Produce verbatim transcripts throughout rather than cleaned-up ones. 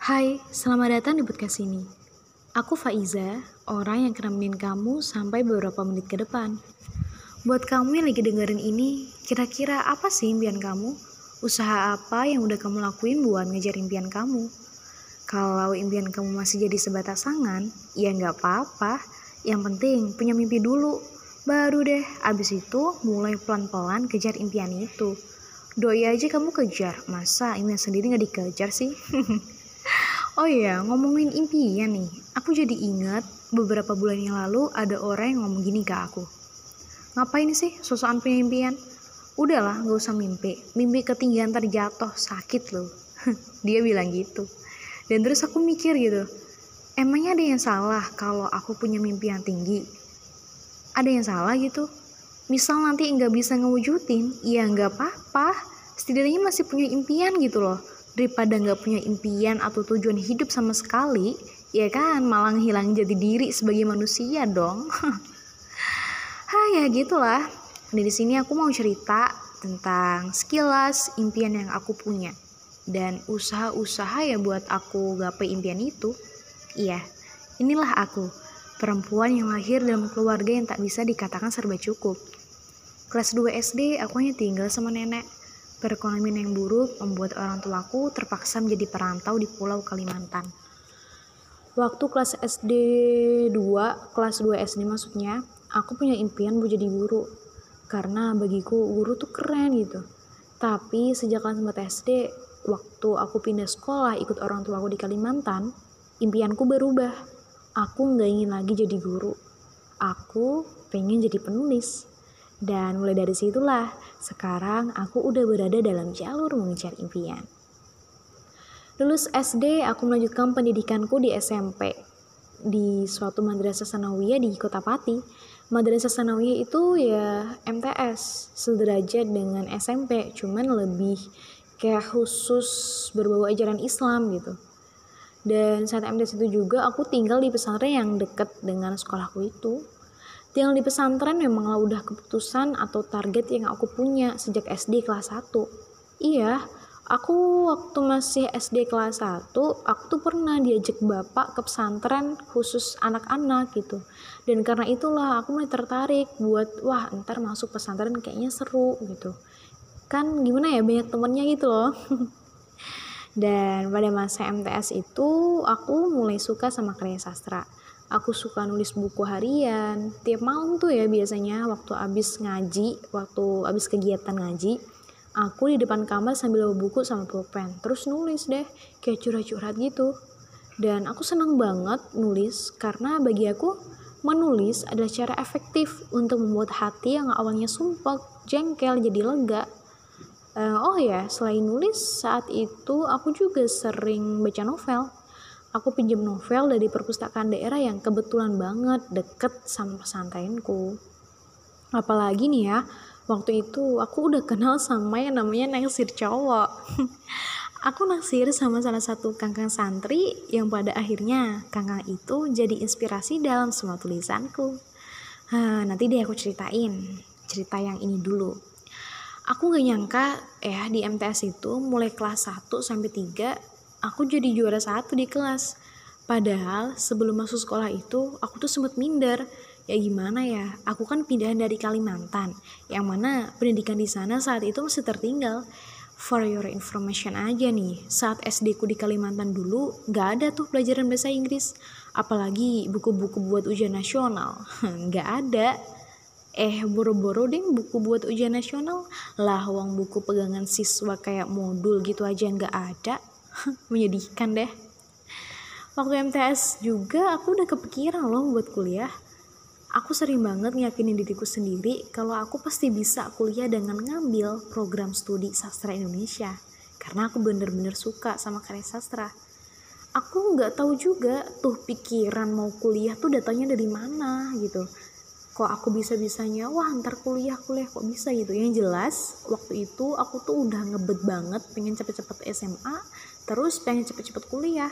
Hai, selamat datang di podcast ini. Aku Faiza, orang yang akan nemenin kamu sampai beberapa menit ke depan. Buat kamu yang lagi dengerin ini, kira-kira apa sih impian kamu? Usaha apa yang udah kamu lakuin buat ngejar impian kamu? Kalau impian kamu masih jadi sebatas angan, ya nggak apa-apa. Yang penting punya mimpi dulu. Baru deh, abis itu mulai pelan-pelan kejar impian itu. Doi aja kamu kejar, masa impian sendiri nggak dikejar sih? Oh iya, ngomongin impian nih, aku jadi ingat beberapa bulan yang lalu ada orang yang ngomong gini ke aku. Ngapain sih sosokan punya impian? Udahlah, gak usah mimpi. Mimpi ketinggian terjatuh, sakit loh. Dia bilang gitu. Dan terus aku mikir gitu, emangnya ada yang salah kalau aku punya mimpi yang tinggi? Ada yang salah gitu? Misal nanti nggak bisa ngewujudin, ya nggak apa-apa. Setidaknya masih punya impian gitu loh. Daripada nggak punya impian atau tujuan hidup sama sekali, ya kan malah hilang jati diri sebagai manusia dong. Hah, ya gitulah. Dari sini aku mau cerita tentang sekilas impian yang aku punya dan usaha-usaha ya buat aku gapai impian itu. Iya, inilah aku, perempuan yang lahir dalam keluarga yang tak bisa dikatakan serba cukup. Kelas dua S D aku hanya tinggal sama nenek. Perekonomian yang buruk membuat orang tuaku terpaksa menjadi perantau di Pulau Kalimantan. Waktu kelas S D dua, kelas dua S D maksudnya, aku punya impian buat jadi guru. Karena bagiku guru tuh keren gitu. Tapi sejak kelas empat S D, waktu aku pindah sekolah ikut orang tuaku di Kalimantan, impianku berubah. Aku gak ingin lagi jadi guru. Aku pengen jadi penulis. Dan mulai dari situlah, sekarang aku udah berada dalam jalur mengejar impian. Lulus S D, aku melanjutkan pendidikanku di S M P di suatu madrasah sanawiyah di Kota Pati. Madrasah sanawiyah itu ya M T S, sederajat dengan S M P, cuman lebih kayak khusus berbau ajaran Islam gitu. Dan saat M T S itu juga aku tinggal di pesantren yang dekat dengan sekolahku itu. Tinggal di pesantren memanglah udah keputusan atau target yang aku punya sejak S D kelas satu. Iya, aku waktu masih S D kelas satu, aku tuh pernah diajak bapak ke pesantren khusus anak-anak gitu. Dan karena itulah aku mulai tertarik buat, wah ntar masuk pesantren kayaknya seru gitu. Kan gimana ya, banyak temennya gitu loh. Dan pada masa M T S itu, aku mulai suka sama karya sastra. Aku suka nulis buku harian, tiap malam tuh ya biasanya waktu abis ngaji, waktu abis kegiatan ngaji, aku di depan kamar sambil bawa buku sama pulpen, terus nulis deh, kayak curhat-curhat gitu. Dan aku senang banget nulis, karena bagi aku, menulis adalah cara efektif untuk membuat hati yang awalnya sumpek, jengkel, jadi lega. Uh, oh ya, selain nulis, saat itu aku juga sering baca novel. Aku pinjam novel dari perpustakaan daerah yang kebetulan banget deket sama pesantrenku. Apalagi nih ya, waktu itu aku udah kenal sama yang namanya naksir cowok. Aku naksir sama salah satu kangkang santri yang pada akhirnya kangkang itu jadi inspirasi dalam semua tulisanku. Huh, nanti deh aku ceritain cerita yang ini dulu. Aku gak nyangka ya di M T S itu mulai kelas satu sampai tiga aku jadi juara satu di kelas. Padahal sebelum masuk sekolah itu aku tuh sempet minder. Ya gimana ya, aku kan pindahan dari Kalimantan, yang mana pendidikan di sana saat itu masih tertinggal. For your information aja nih, saat S D ku di Kalimantan dulu gak ada tuh pelajaran bahasa Inggris. Apalagi buku-buku buat ujian nasional, gak ada. Eh boro-boro deh buku buat ujian nasional, lah uang buku pegangan siswa kayak modul gitu aja gak ada. Menyedihkan deh. Waktu M T S juga aku udah kepikiran loh buat kuliah. Aku sering banget ngeyakinin diriku sendiri kalau aku pasti bisa kuliah dengan ngambil program studi sastra Indonesia, karena aku bener-bener suka sama karya sastra. Aku gak tahu juga tuh pikiran mau kuliah tuh datangnya dari mana gitu. Kok aku bisa-bisanya wah ntar kuliah kuliah kok bisa gitu. Yang jelas waktu itu aku tuh udah ngebet banget pengen cepet-cepet S M A, terus pengen cepet-cepet kuliah.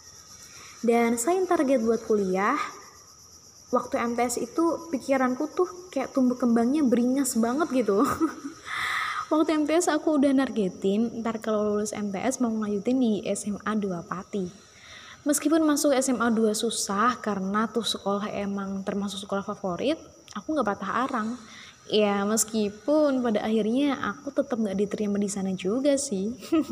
Dan selain target buat kuliah, waktu M T S itu pikiranku tuh kayak tumbuh kembangnya beringas banget gitu. Waktu M T S aku udah nargetin ntar kalau lulus M T S mau ngelanjutin di S M A dua Pati. Meskipun masuk S M A dua susah karena tuh sekolah emang termasuk sekolah favorit, aku nggak patah arang. Ya meskipun pada akhirnya aku tetap nggak diterima di sana juga sih.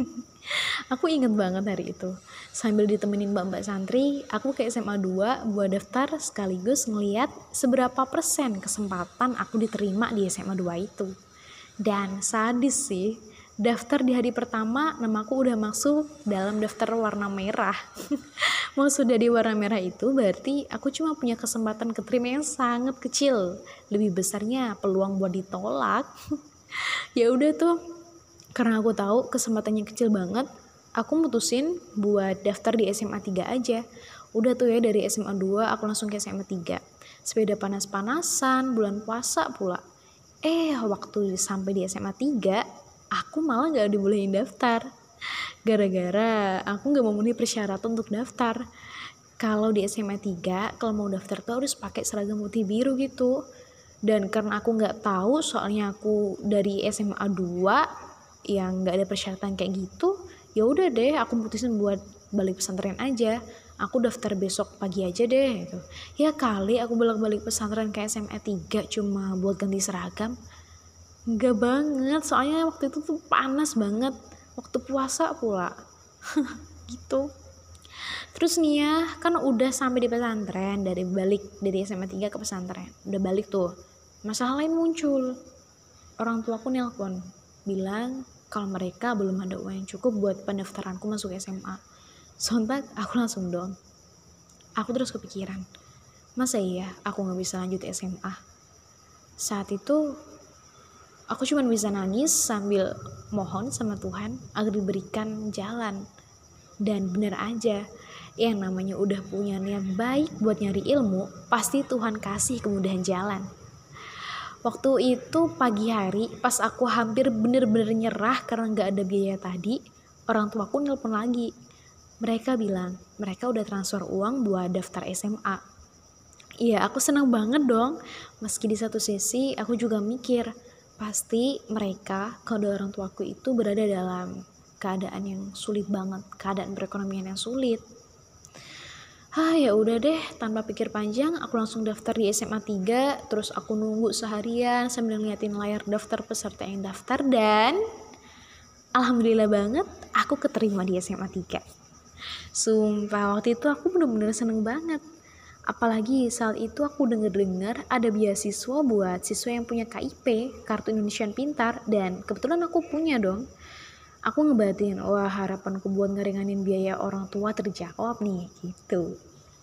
Aku inget banget hari itu. Sambil ditemenin mbak-mbak santri, aku ke S M A dua buat daftar sekaligus ngeliat seberapa persen kesempatan aku diterima di S M A dua itu. Dan sadis sih, daftar di hari pertama namaku udah masuk dalam daftar warna merah. Maksud dari warna merah itu berarti aku cuma punya kesempatan keterima yang sangat kecil. Lebih besarnya peluang buat ditolak. Ya udah tuh, karena aku tahu kesempatannya kecil banget, aku mutusin buat daftar di S M A tiga aja. Udah tuh ya, dari S M A dua aku langsung ke S M A tiga. Sepeda panas-panasan, bulan puasa pula. Eh, waktu sampai di S M A tiga, aku malah gak dibolehin daftar. Gara-gara aku gak memenuhi persyaratan untuk daftar. Kalau di S M A tiga, kalau mau daftar tuh harus pakai seragam putih biru gitu. Dan karena aku gak tahu, soalnya aku dari S M A dua yang gak ada persyaratan kayak gitu, ya udah deh aku putusin buat balik pesantren aja. Aku daftar besok pagi aja deh gitu. Ya kali aku bolak-balik pesantren ke S M A tiga cuma buat ganti seragam. Enggak banget, soalnya waktu itu tuh panas banget, waktu puasa pula. Gitu. Terus nih ya, kan udah sampai di pesantren, dari balik dari S M A tiga ke pesantren. Udah balik tuh. Masalah lain muncul. Orang tuaku nelpon, bilang kalau mereka belum ada uang yang cukup buat pendaftaranku masuk S M A. Sontak aku langsung down. Aku terus kepikiran, masa iya aku gak bisa lanjut S M A? Saat itu aku cuma bisa nangis sambil mohon sama Tuhan agar diberikan jalan. Dan bener aja, yang namanya udah punya niat baik buat nyari ilmu, pasti Tuhan kasih kemudahan jalan. Waktu itu pagi hari, pas aku hampir bener-bener nyerah karena gak ada biaya tadi, orang tuaku nelpon lagi. Mereka bilang, mereka udah transfer uang buat daftar S M A. Iya, aku senang banget dong. Meski di satu sisi, aku juga mikir, pasti mereka, kedua orang tuaku itu berada dalam keadaan yang sulit banget, keadaan perekonomian yang sulit. Ah ya udah deh, tanpa pikir panjang aku langsung daftar di S M A tiga, terus aku nunggu seharian sambil ngeliatin layar daftar peserta yang daftar dan alhamdulillah banget aku keterima di S M A tiga. Sumpah waktu itu aku bener-bener seneng banget. Apalagi saat itu aku denger-dengar ada beasiswa buat siswa yang punya K I P, Kartu Indonesia Pintar, dan kebetulan aku punya dong. Aku ngebatin, wah harapanku buat ngeringanin biaya orang tua terjawab nih, gitu.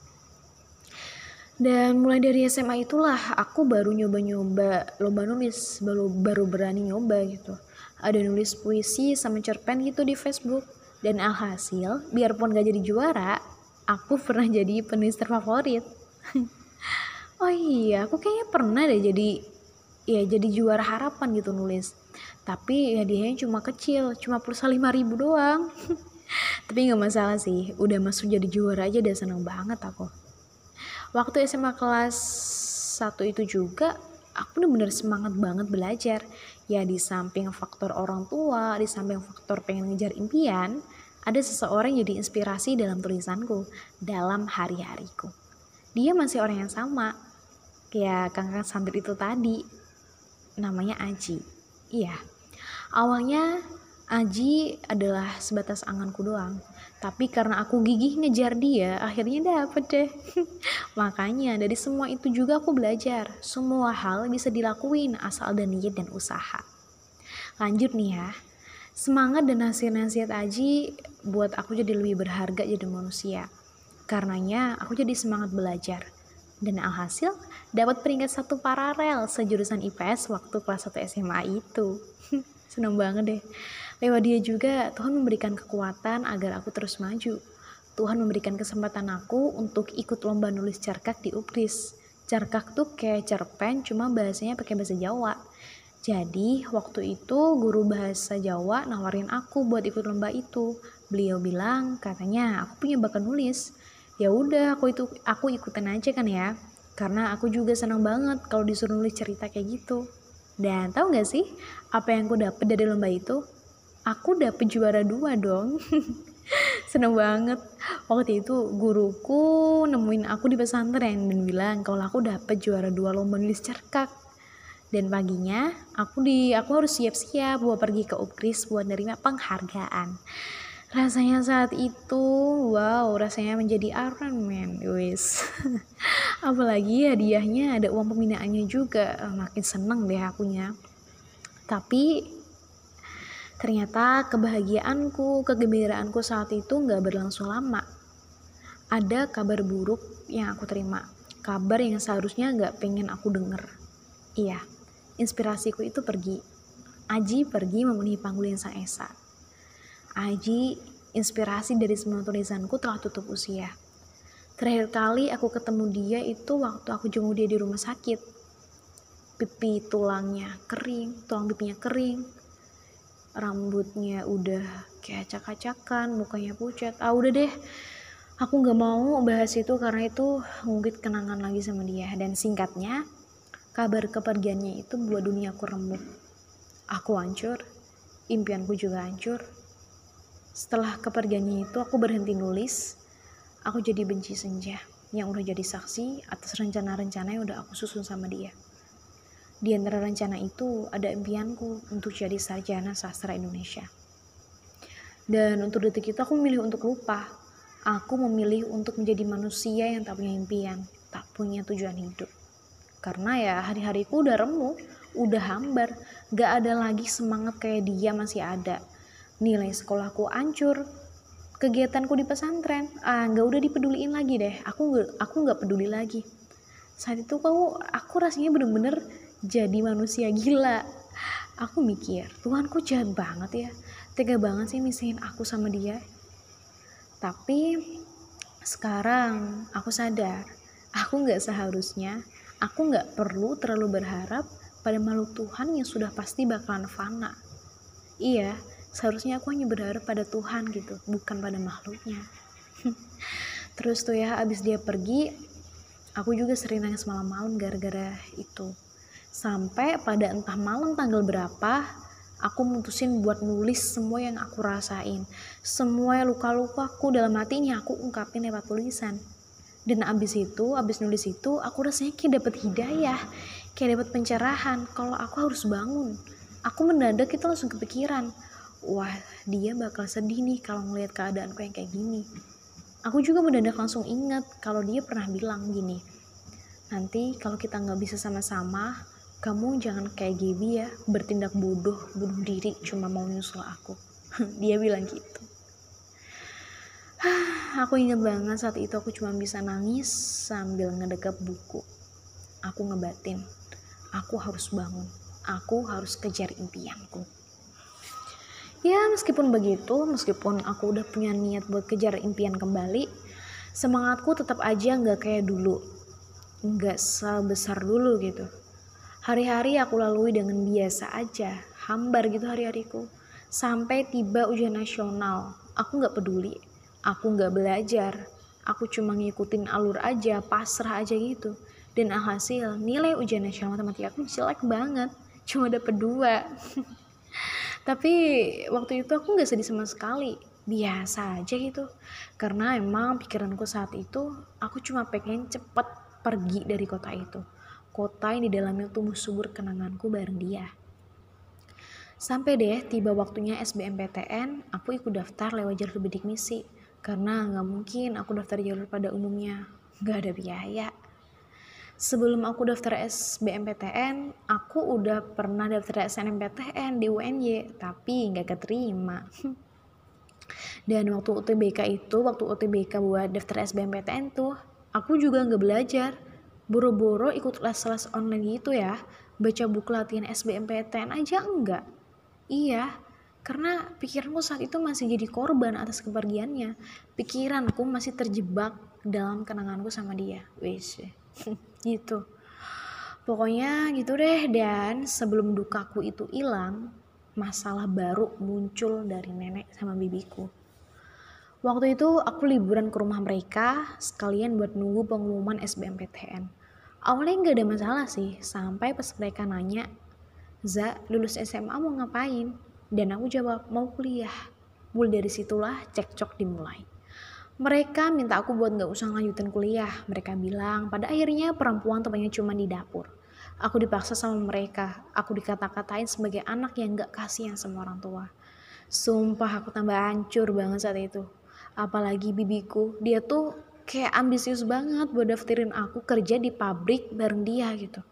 Dan mulai dari S M A itulah aku baru nyoba-nyoba lomba nulis, baru, baru berani nyoba gitu. Ada nulis puisi sama cerpen gitu di Facebook. Dan alhasil, biarpun gak jadi juara, aku pernah jadi penulis terfavorit. Oh iya, aku kayaknya pernah deh jadi ya jadi juara harapan gitu nulis. Tapi hadiahnya cuma kecil, cuma pulsa lima ribu doang. Tapi gak masalah sih, udah masuk jadi juara aja udah seneng banget aku. Waktu S M A kelas satu itu juga, aku bener-bener semangat banget belajar. Ya di samping faktor orang tua, di samping faktor pengen ngejar impian, ada seseorang yang jadi inspirasi dalam tulisanku, dalam hari-hariku. Dia masih orang yang sama, kayak kakak santri itu tadi, namanya Aji. Iya, awalnya Aji adalah sebatas anganku doang, tapi karena aku gigih ngejar dia, akhirnya dapet deh. Makanya dari semua itu juga aku belajar, semua hal bisa dilakuin asal ada niat dan usaha. Lanjut nih ya, semangat dan nasihat-nasihat Aji buat aku jadi lebih berharga jadi manusia. Karenanya aku jadi semangat belajar. Dan alhasil dapat peringkat satu paralel sejurusan I P S waktu kelas satu S M A itu. Seneng banget deh. Lewat dia juga Tuhan memberikan kekuatan agar aku terus maju. Tuhan memberikan kesempatan aku untuk ikut lomba nulis cerkak di U K R I S. Cerkak tuh kayak cerpen cuma bahasanya pakai bahasa Jawa. Jadi waktu itu guru bahasa Jawa nawarin aku buat ikut lomba itu. Beliau bilang katanya aku punya bakat nulis. Ya udah aku itu aku ikutan aja kan ya. Karena aku juga senang banget kalau disuruh nulis cerita kayak gitu. Dan tahu gak sih apa yang aku dapet dari lomba itu? Aku dapet juara dua dong. Seneng banget. Waktu itu guruku nemuin aku di pesantren dan bilang kalau aku dapet juara dua lomba nulis cerkak. Dan paginya aku di aku harus siap-siap buat pergi ke UKRIS buat nerima penghargaan. Rasanya saat itu, wow, rasanya menjadi Iron Man, wis. Apalagi hadiahnya ada uang pembinaannya juga, makin seneng deh akunya. Tapi ternyata kebahagiaanku, kegembiraanku saat itu nggak berlangsung lama. Ada kabar buruk yang aku terima, kabar yang seharusnya nggak pengen aku denger. Iya, inspirasiku itu pergi. Aji pergi memenuhi panggilan Sang Esa. Aji, inspirasi dari semua tulisanku telah tutup usia. Terakhir kali aku ketemu dia itu waktu aku jenguk dia di rumah sakit. Pipi tulangnya kering, tulang pipinya kering. Rambutnya udah kayak acak-acakan, mukanya pucat. Ah udah deh, aku gak mau bahas itu karena itu ngungkit kenangan lagi sama dia. Dan singkatnya, kabar kepergiannya itu buat duniaku remuk. Aku hancur, impianku juga hancur. Setelah kepergiannya itu aku berhenti nulis, aku jadi benci senja yang udah jadi saksi atas rencana-rencana yang udah aku susun sama dia. Di antara rencana itu ada impianku untuk jadi sarjana sastra Indonesia. Dan untuk detik itu aku memilih untuk lupa. Aku memilih untuk menjadi manusia yang tak punya impian, tak punya tujuan hidup. Karena ya hari-hariku udah remuk, udah hambar, gak ada lagi semangat kayak dia masih ada. Nilai sekolahku hancur, kegiatanku di pesantren, ah gak udah dipeduliin lagi deh. Aku aku gak peduli lagi. Saat itu aku, aku rasanya bener-bener jadi manusia gila. Aku mikir, Tuhanku jahat banget ya, tega banget sih misahin aku sama dia. Tapi sekarang aku sadar, aku gak seharusnya, aku gak perlu terlalu berharap pada makhluk Tuhan yang sudah pasti bakalan fana. Iya, seharusnya aku hanya berharap pada Tuhan gitu, bukan pada makhluknya. Terus tuh ya, abis dia pergi, aku juga sering nangis malam-malam gara-gara itu. Sampai pada entah malam tanggal berapa, aku mutusin buat nulis semua yang aku rasain. Semua luka-lukaku dalam hati ini aku ungkapin lewat tulisan. Dan abis itu, abis nulis itu, aku rasanya kayak dapet hidayah, kayak dapet pencerahan kalau aku harus bangun. Aku mendadak itu langsung kepikiran, wah dia bakal sedih nih kalau ngelihat keadaanku yang kayak gini. Aku juga mendadak langsung ingat kalau dia pernah bilang gini, nanti kalau kita nggak bisa sama-sama, kamu jangan kayak Gaby ya, bertindak bodoh, bunuh diri cuma mau nyusul aku. Dia bilang gitu. Aku ingat banget saat itu aku cuma bisa nangis sambil ngedekap buku. Aku ngebatin, aku harus bangun, aku harus kejar impianku. Ya meskipun begitu, meskipun aku udah punya niat buat kejar impian kembali, semangatku tetap aja gak kayak dulu, gak sebesar dulu gitu. Hari-hari aku lalui dengan biasa aja, hambar gitu hari-hariku. Sampai tiba ujian nasional, aku gak peduli, aku gak belajar, aku cuma ngikutin alur aja, pasrah aja gitu. Dan alhasil nilai ujian nasional matematika aku jelek banget, cuma dapet dua. Tapi waktu itu aku gak sedih sama sekali, biasa aja gitu. Karena emang pikiranku saat itu, aku cuma pengen cepet pergi dari kota itu. Kota yang di dalamnya tumbuh subur kenanganku bareng dia. Sampai deh tiba waktunya S B M P T N, aku ikut daftar lewat jalur bidik misi. Karena gak mungkin aku daftar jalur pada umumnya, gak ada biaya. Sebelum aku daftar S B M P T N, aku udah pernah daftar S N M P T N di U N Y, tapi gak keterima. Dan waktu U T B K itu, waktu U T B K buat daftar S B M P T N tuh, aku juga gak belajar. Boro-boro ikut les-les online gitu ya, baca buku latihan S B M P T N aja enggak. Iya, karena pikiranku saat itu masih jadi korban atas kepergiannya. Pikiranku masih terjebak dalam kenanganku sama dia. Wis, gitu. Pokoknya gitu deh. Dan sebelum dukaku itu hilang, masalah baru muncul dari nenek sama bibiku. Waktu itu aku liburan ke rumah mereka sekalian buat nunggu pengumuman S B M P T N. Awalnya gak ada masalah sih, sampai pas mereka nanya, "Za, lulus S M A mau ngapain?" Dan aku jawab, "Mau kuliah." Mulai dari situlah cekcok dimulai. Mereka minta aku buat gak usah lanjutin kuliah. Mereka bilang pada akhirnya perempuan tempatnya cuma di dapur. Aku dipaksa sama mereka. Aku dikata-katain sebagai anak yang gak kasihan sama orang tua. Sumpah aku tambah hancur banget saat itu. Apalagi bibiku, dia tuh kayak ambisius banget buat daftarin aku kerja di pabrik bareng dia gitu.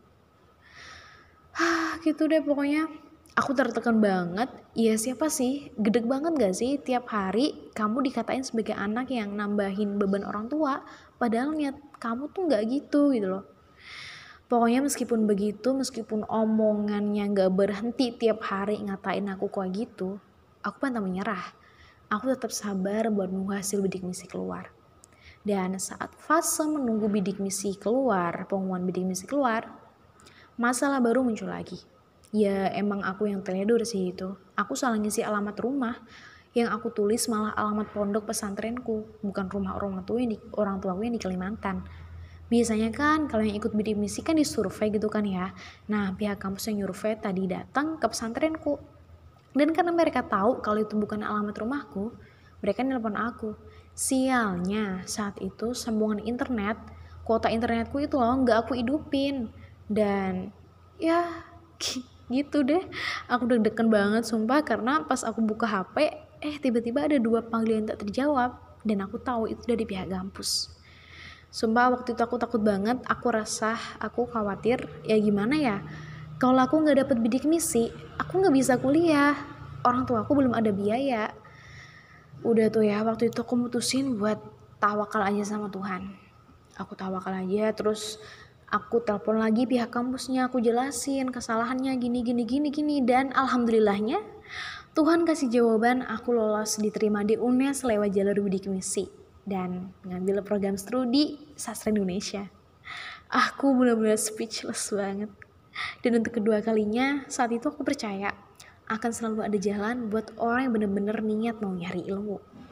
Hah, gitu deh pokoknya. Aku tertekan banget. Ya siapa sih? Gedeg banget gak sih tiap hari kamu dikatain sebagai anak yang nambahin beban orang tua, padahal niat kamu tuh gak gitu gitu loh. Pokoknya meskipun begitu, meskipun omongannya gak berhenti tiap hari ngatain aku kayak gitu, aku pantang menyerah. Aku tetap sabar buat nunggu hasil bidik misi keluar. Dan saat fase menunggu bidik misi keluar, pengumuman bidik misi keluar, masalah baru muncul lagi. Ya emang aku yang teledor sih itu. Aku salah ngisi alamat rumah. Yang aku tulis malah alamat pondok pesantrenku, bukan rumah orang tua yang di, orang tuaku yang di Kalimantan. Biasanya kan kalau yang ikut bidik misi kan disurvei gitu kan ya. Nah pihak kampus yang nyurvei tadi datang ke pesantrenku. Dan karena mereka tahu kalau itu bukan alamat rumahku, mereka nelpon aku. Sialnya saat itu sambungan internet, kuota internetku itu loh nggak aku hidupin. Dan ya gitu deh, aku deg-degan banget sumpah karena pas aku buka H P, eh tiba-tiba ada dua panggilan tak terjawab dan aku tahu itu dari pihak kampus. Sumpah waktu itu aku takut banget, aku resah, aku khawatir, ya gimana ya? Kalau aku nggak dapet bidik misi, aku nggak bisa kuliah. Orang tua aku belum ada biaya. Udah tuh ya, waktu itu aku mutusin buat tawakal aja sama Tuhan. Aku tawakal aja, terus aku telepon lagi pihak kampusnya, aku jelasin kesalahannya gini gini gini gini dan alhamdulillahnya Tuhan kasih jawaban, aku lolos diterima di U N E S lewat jalur bidik misi dan ngambil program studi sastra Indonesia. Aku benar-benar speechless banget. Dan untuk kedua kalinya saat itu aku percaya akan selalu ada jalan buat orang yang benar-benar niat mau nyari ilmu.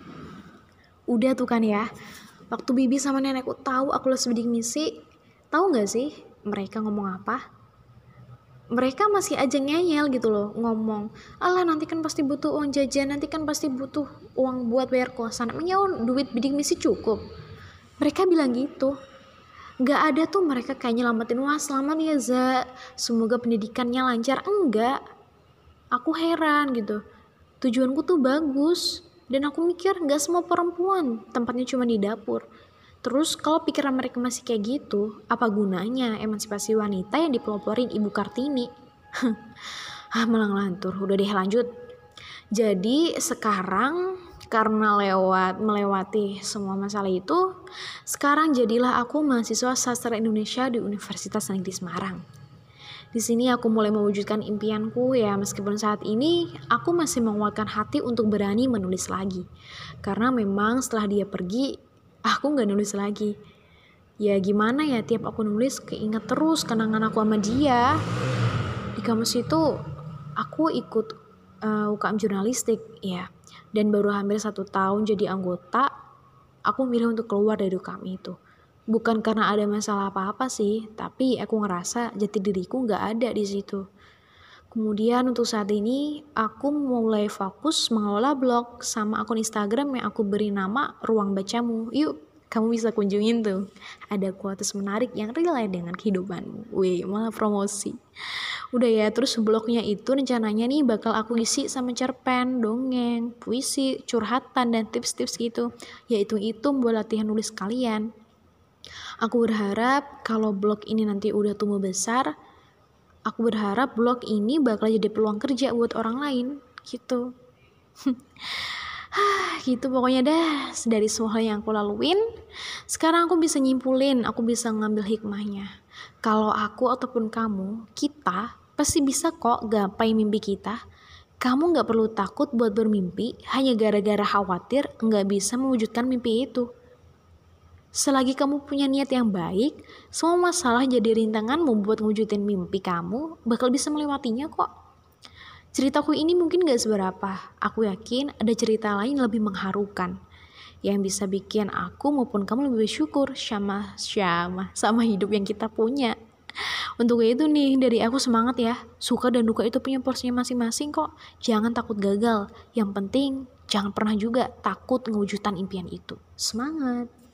Udah tuh kan ya, waktu bibi sama nenekku tahu aku lulus bidik misi, tahu nggak sih mereka ngomong apa? Mereka masih aja ngeyel gitu loh, ngomong, alah nanti kan pasti butuh uang jajan, nanti kan pasti butuh uang buat bayar kosan, emangnya duit bidik misi cukup? Mereka bilang gitu. Gak ada tuh mereka kayak nyelamatin, wah selamat ya Za, semoga pendidikannya lancar. Enggak, aku heran gitu. Tujuanku tuh bagus, dan aku mikir gak semua perempuan tempatnya cuma di dapur. Terus kalau pikiran mereka masih kayak gitu, apa gunanya emansipasi wanita yang dipeloporin Ibu Kartini? ah malah ngelantur, udah deh lanjut. Jadi sekarang karena lewat melewati semua masalah itu, sekarang jadilah aku mahasiswa sastra Indonesia di Universitas Negeri Semarang. Di sini aku mulai mewujudkan impianku ya, meskipun saat ini aku masih menguatkan hati untuk berani menulis lagi. Karena memang setelah dia pergi, aku gak nulis lagi. Ya gimana ya, tiap aku nulis keinget terus kenangan aku sama dia. Di kampus itu aku ikut uh, U K M jurnalistik ya. Dan baru hampir satu tahun jadi anggota, aku milih untuk keluar dari U K M itu. Bukan karena ada masalah apa-apa sih, tapi aku ngerasa jati diriku gak ada di situ. Kemudian untuk saat ini, aku mulai fokus mengelola blog sama akun Instagram yang aku beri nama Ruang Bacamu. Yuk, kamu bisa kunjungin tuh. Ada quotes menarik yang relate dengan kehidupanmu. Wih, malah promosi. Udah ya, terus blognya itu rencananya nih bakal aku isi sama cerpen, dongeng, puisi, curhatan, dan tips-tips gitu. Ya hitung-hitung buat latihan nulis kalian. Aku berharap kalau blog ini nanti udah tumbuh besar, aku berharap blog ini bakal jadi peluang kerja buat orang lain, gitu. Gitu pokoknya dah, dari semua hal yang aku laluin, sekarang aku bisa nyimpulin, aku bisa ngambil hikmahnya. Kalau aku ataupun kamu, kita pasti bisa kok gapai mimpi kita. Kamu gak perlu takut buat bermimpi hanya gara-gara khawatir gak bisa mewujudkan mimpi itu. Selagi kamu punya niat yang baik, semua masalah jadi rintangan membuat ngewujudin mimpi kamu bakal bisa melewatinya kok. Ceritaku ini mungkin gak seberapa, aku yakin ada cerita lain lebih mengharukan yang bisa bikin aku maupun kamu lebih bersyukur sama, sama, sama hidup yang kita punya. Untuk itu nih, dari aku semangat ya. Suka dan duka itu punya porsinya masing-masing kok. Jangan takut gagal. Yang penting, jangan pernah juga takut ngewujudkan impian itu. Semangat!